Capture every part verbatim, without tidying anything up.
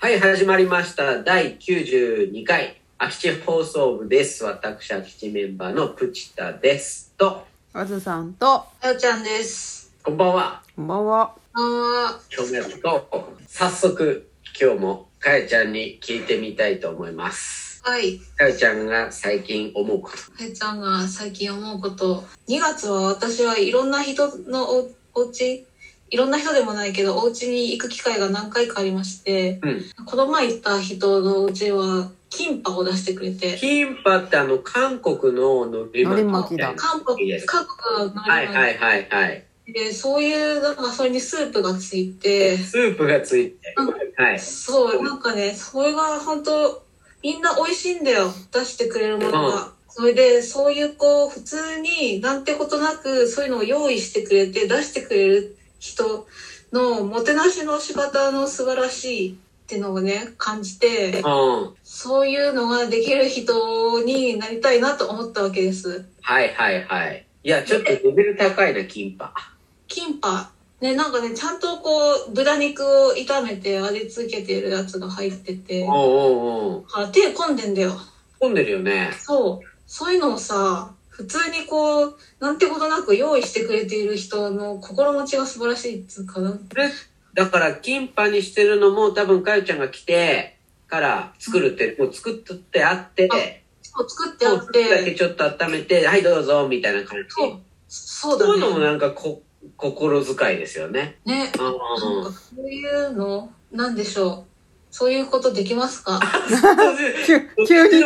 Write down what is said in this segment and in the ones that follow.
はい、始まりました。だいきゅうじゅうにかい空き地放送部です。私、空き地メンバーのプチタですと、 あずさんとあよちゃんです。 こんばんは。 こんばんは。 あ今日もやると、早速今日もかやちゃんに聞いてみたいと思います。 はい。 かやちゃんが最近思うこと。 あよちゃんが最近思うこと。にがつは私はいろんな人の お, お家いろんな人でもないけどお家に行く機会が何回かありまして、 うん、 この前行った人のうちはキンパを出してくれて。 キンパってあの韓国の海苔巻きだ。 韓国韓国の海苔巻き。 はいはいはいはい。 でそういうなんかそれにスープがついて。 スープがついて。はい。 そうなんかねそれが本当みんな美味しいんだよ、出してくれるものが。うん、それでそういうこう普通になんてことなくそういうのを用意してくれて出してくれる人のもてなしの仕方の素晴らしいっていうのをね感じて、うん、そういうのができる人になりたいなと思ったわけです。 はいはいはい。いやちょっとレベル高いなキンパ。 キンパね、なんかねちゃんとこう豚肉を炒めて味付けてるやつが入ってて、おうおうおう、あ、手込んでんだよ。 込んでるよね。 そうそういうのをさ普通にこうなんてことなく用意してくれている人の心持ちが素晴らしいっつうかな。 だからキンパにしてるのも多分かよちゃんが来てから作るって、うん、もう作ってあって、 そう作ってあって、 だけちょっと温めてはいどうぞみたいな感じ。 そうそうだね。 そういうのもなんかこ心遣いですよね。 ね。なんかそういうのなんでしょう。そういうことできますか？ 急に。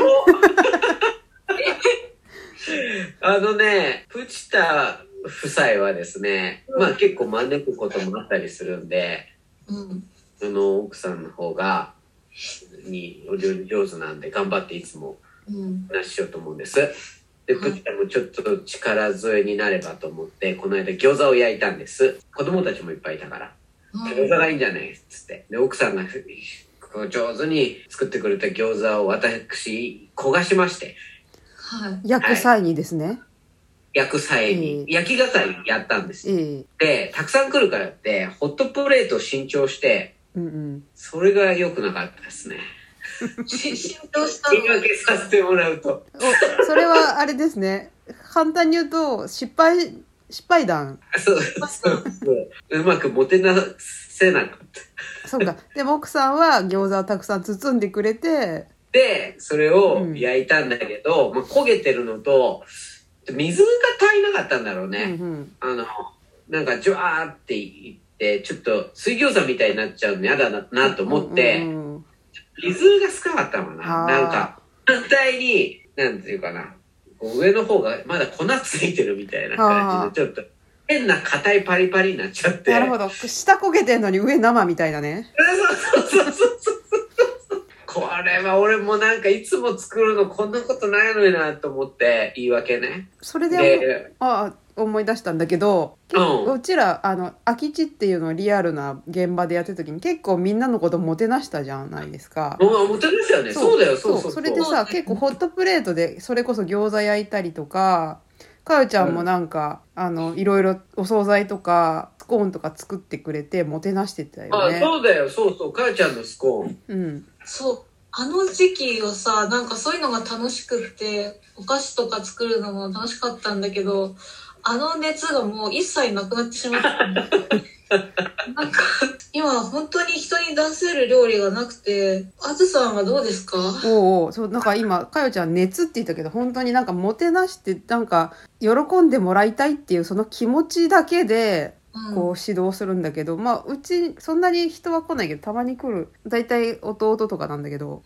あのね、プチタ夫妻はですね、うん、まあ結構招くこともあったりするんで、うん、あの奥さんの方がにお料理上手なんで頑張っていつも話しようと思うんです。でプチタもちょっと力添えになればと思って、この間餃子を焼いたんです。子供たちもいっぱいいたから、うん、餃子がいいんじゃないっつって、で奥さんが上手に作ってくれた餃子を私焦がしまして。 はい、焼く際にですね、はい、 焼く際に、えー、焼き係やったんですよ、えー、でたくさん来るからってホットプレートを新調して、うんうん、それが良くなかったですね。 新調したの言い訳させてもらうとおそれはあれですね、簡単に言うと失敗失敗談。 そうそうそううまくもてなせなかったそうか。でも奥さんは餃子をたくさん包んでくれて、 でそれを焼いたんだけど、うん、まあ、焦げてるのと水が足りなかったんだろうね、うんうん、あのなんかジュワーっていってちょっと水餃子みたいになっちゃうの嫌だな、なと思って、うんうんうん、水が少なかったのかな。なんか反対になんていうかな、上の方がまだ粉ついてるみたいな感じでちょっと変な硬いパリパリになっちゃって。 なるほど、下焦げてんのに上生みたいなね。 そうそうそうそうこれは俺もなんかいつも作るのこんなことないのになと思って言い訳ね。 それで、であ思い出したんだけど、うん、うちらあの空き地っていうのをリアルな現場でやってる時に結構みんなのこともてなしたじゃないですか。 ももてなしたよね。そうだよ。そうそうそう。 それでさ結構ホットプレートでそれこそ餃子焼いたりとか、かよちゃんもなんか、うん、あのいろいろお惣菜とかスコーンとか作ってくれてもてなしてたよね。 あ、そうだよ。そうそう。かよちゃんのスコーン。 うん。そう。あの時期はさ、なんかそういうのが楽しくってお菓子とか作るのも楽しかったんだけど、あの熱がもう一切なくなってしまったんだ。なんか今本当に人に出せる料理がなくて、あずさんはどうですか？ おうおう、そうなんか今かよちゃん熱って言ったけど本当になんかもてなしてなんか喜んでもらいたいっていうその気持ちだけでこう指導するんだけど、うん、まあうちそんなに人は来ないけどたまに来る、だいたい弟とかなんだけど、うん、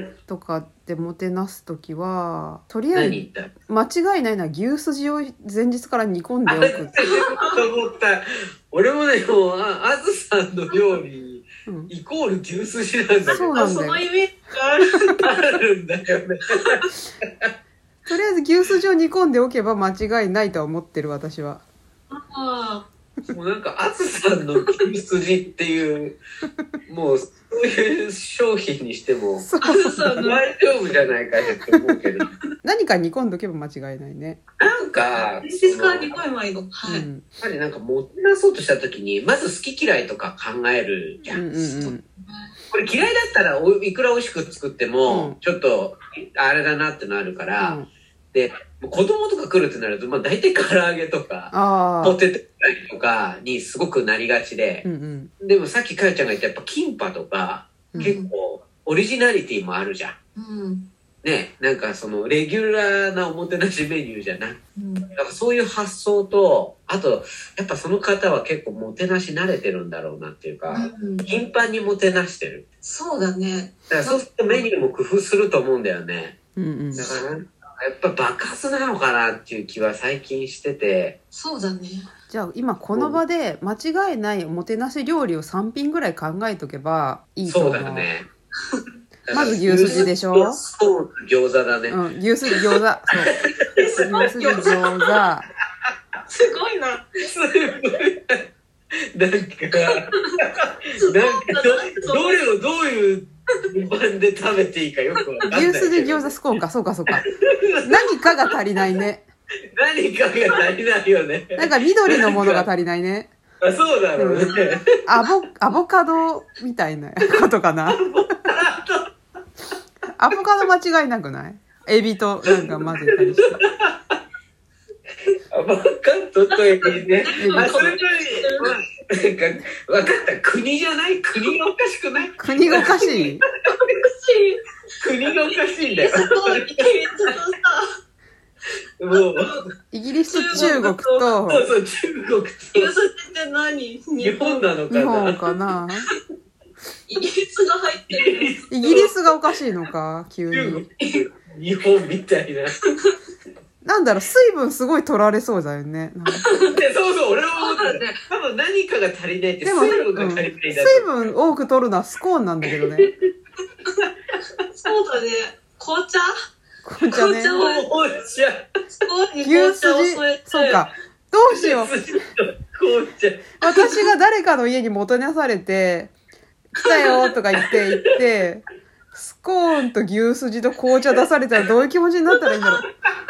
とかでもてなすときはとりあえず間違いないのは牛すじを前日から煮込んでおくって思った。俺もねもう あ, あずさんの料理、うん、イコール牛すじなんだけど、 そうなんだよ。 そのイメージがあるあるんだよね。 とりあえず牛すじを煮込んでおけば間違いないとは思ってる私は。 ああもうなんかあずさんの牛すじっていうもうそういう商品にしてもそうあずさんの大丈夫じゃないかって思うけど何か煮込んどけば間違いないね。 なんか実質からにこえ前のはい、 うんやっぱりなんかもてなそうとした時にまず好き嫌いとか考えるじゃん、 うんうんうんこれ嫌いだったらおいくら美味しく作っても、 うんちょっとあれだなってなるから、 うんで子供とか来るってなると、まあ、大体唐揚げとかああポテトフライとかにすごくなりがちでう、んうんでもさっきかよちゃんが言ったやっぱキンパとか、 うん結構オリジナリティもあるじゃん。 うんね、なんかそのレギュラーなおもてなしメニューじゃない。 うんだからそういう発想と、あとやっぱその方は結構もてなし慣れてるんだろうなっていうか、 うん頻繁にもてなしてる。 そうだね。 だからそうするとメニューも工夫すると思うんだよね。 うんうんだからやっぱ爆発なのかなっていう気は最近してて。 そうだね。 じゃあ今この場で間違いないおもてなし料理をさん品ぐらい考えとけばいいとそ思う。 うだね。 まず牛すじでしょ。 そう、餃子だね。 うん、牛すじ餃子。そう。 すごい牛すじ餃子。 すごいな。 すごい。なんか、なんかど、どれをどういう順番で食べていいかよくわかんないけど。 牛すじ餃子スコーンか、そうかそうか。何かが足りないね。 何かが足りないよね。 なんか緑のものが足りないね。 あ、そうだろうね。 アボ、アボカドみたいなことかな。アボカド間違いなくない？エビとなんか混ぜたりして。 アボカドとエビね。 エビあ、それより、まあ、なんか、わかった。国じゃない？国がおかしくない？ 国がおかしい。 国がおかしいんだよ。 すごい。ちょっとさ、 もう、 イギリスと中国とそうそう、中国と牛すじって何？ 日本なのか日本な。 かな。 イギリスが入ってる。 イギリスがおかしいのか、急中に。 国、日本みたいな。 なんだろう、水分すごい取られそうだよね。なんかでそうそう、俺も思った。 そうだね。 多分何かが足りないって、 でも、 水分うんが足りないんだ水分多く取るのはスコーンなんだけどね。 そうだね。紅茶？ 紅茶ね。 紅茶を紅茶。 スコーンに牛紅すじ茶を添えて。、 そうか。どうしよう。 紅茶。 私が誰かの家にもてなされて、来たよとか言って言って、スコーンと牛すじと紅茶出されたらどういう気持ちになったらいいんだろ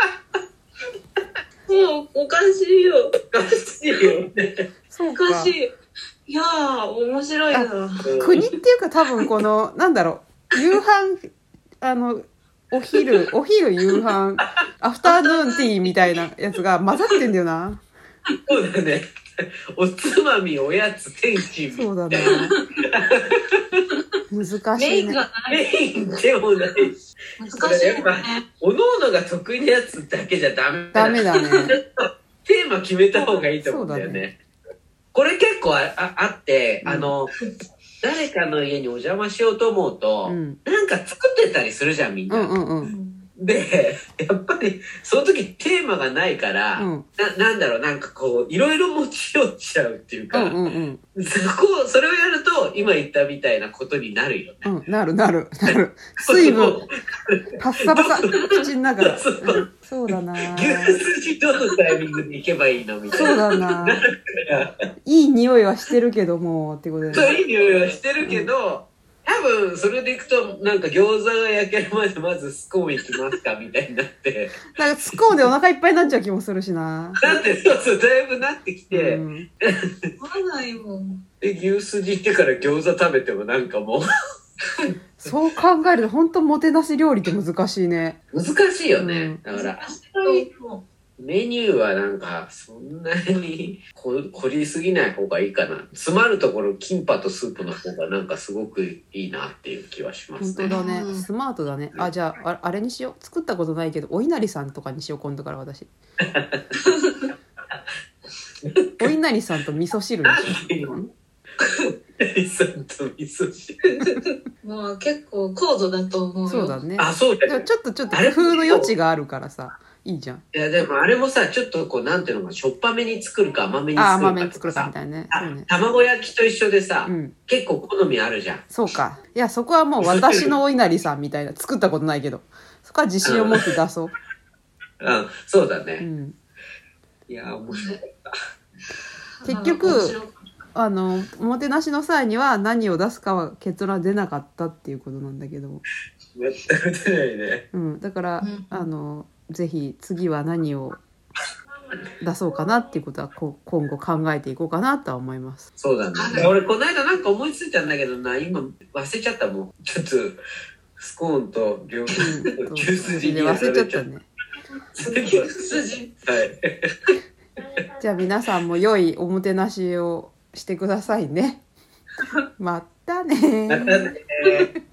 う。 もうおかしいよ。 おかしいよね。 そうか。 おかしい。いやー、面白いな。 国っていうか多分この、なんだろう、夕飯、あの、お昼、お昼夕飯、アフタヌーンティーみたいなやつが混ざってんだよな。 そうだね。おつまみ、おやつ、天気。 そうだな。難しいね。 メインがない。 メインでもないし。 難しいよね。 おのおのが得意なやつだけじゃダメだ。 ダメだね。 テーマ決めた方がいいと思うんだよね。 そうだねこれ結構あああって、 うんあの、誰かの家にお邪魔しようと思うと、 うんなんか作ってたりするじゃん、みんな。 うんうんうん。 で、やっぱり、その時テーマがないから、 うんな、なんだろう、なんかこう、いろいろ持ち寄っちゃうっていうか、 うんうんうん。 そこ、それをやると、今言ったみたいなことになるよね。 うん、なるなる、なる。水分、パッサパサ、口の中。 そうそううんそうだな。 牛すじどのタイミングで行けばいいのみたいそうな。 だな。いい匂いはしてるけども、ってことで、 そうね。 いい匂いはしてるけど、多分それでいくと、なんか餃子が焼けるまでまずスコーン行きますかみたいになって。 なんかスコーンでお腹いっぱいになっちゃう気もするしな。 だってそうそう、だいぶなってきて、 うん、 まだよ。 で牛すじ行ってから餃子食べてもなんかもうそう考えると本当もてなし料理って難しいね。 難しいよね。 うんだから、 そうメニューはなんかそんなにこ凝りすぎない方がいいかな。詰まるところキンパとスープの方がなんかすごくいいなっていう気はしま本すね。 当だね。 うんスマートだね。あ、じゃあ、ああれにしよう。作ったことないけど、お稲荷さんとかにしよう、今度から私。お稲荷さんと味噌汁にしよう。んイさんと味噌汁。 もう結構高度だと思うよ。 そうだね。 あ、そうだよ。 でもちょっとちょっと工夫の余地があるからさ、いいじゃん。 いやでもあれもさ、ちょっとこうなんていうのか、しょっぱめに作るか甘めにあ、 作るか甘めに作るかみさ。 たいなね。 あそうね。 卵焼きと一緒でさ、 うん。 結構好みあるじゃん。 そうか。いや、そこはもう私のお稲荷さんみたいな、作ったことないけど、そこは自信を持って出そう。 うん、そうだうね。 ん。 いや、面白かった。 結局あのおもてなしの際には何を出すかは結論は出なかったっていうことなんだけど、 全く出ないね、 うん、だから、うん、あのぜひ次は何を出そうかなっていうことはこ今後考えていこうかなとは思います。 そうだね。俺この間なんか思いついたんだけどな、今忘れちゃったもん。ちょっとスコーンと両方牛すじに忘れちゃったね。 牛すじ。 はい。 じゃあ皆さんも良いおもてなしをしてくださいね。またね。 またね。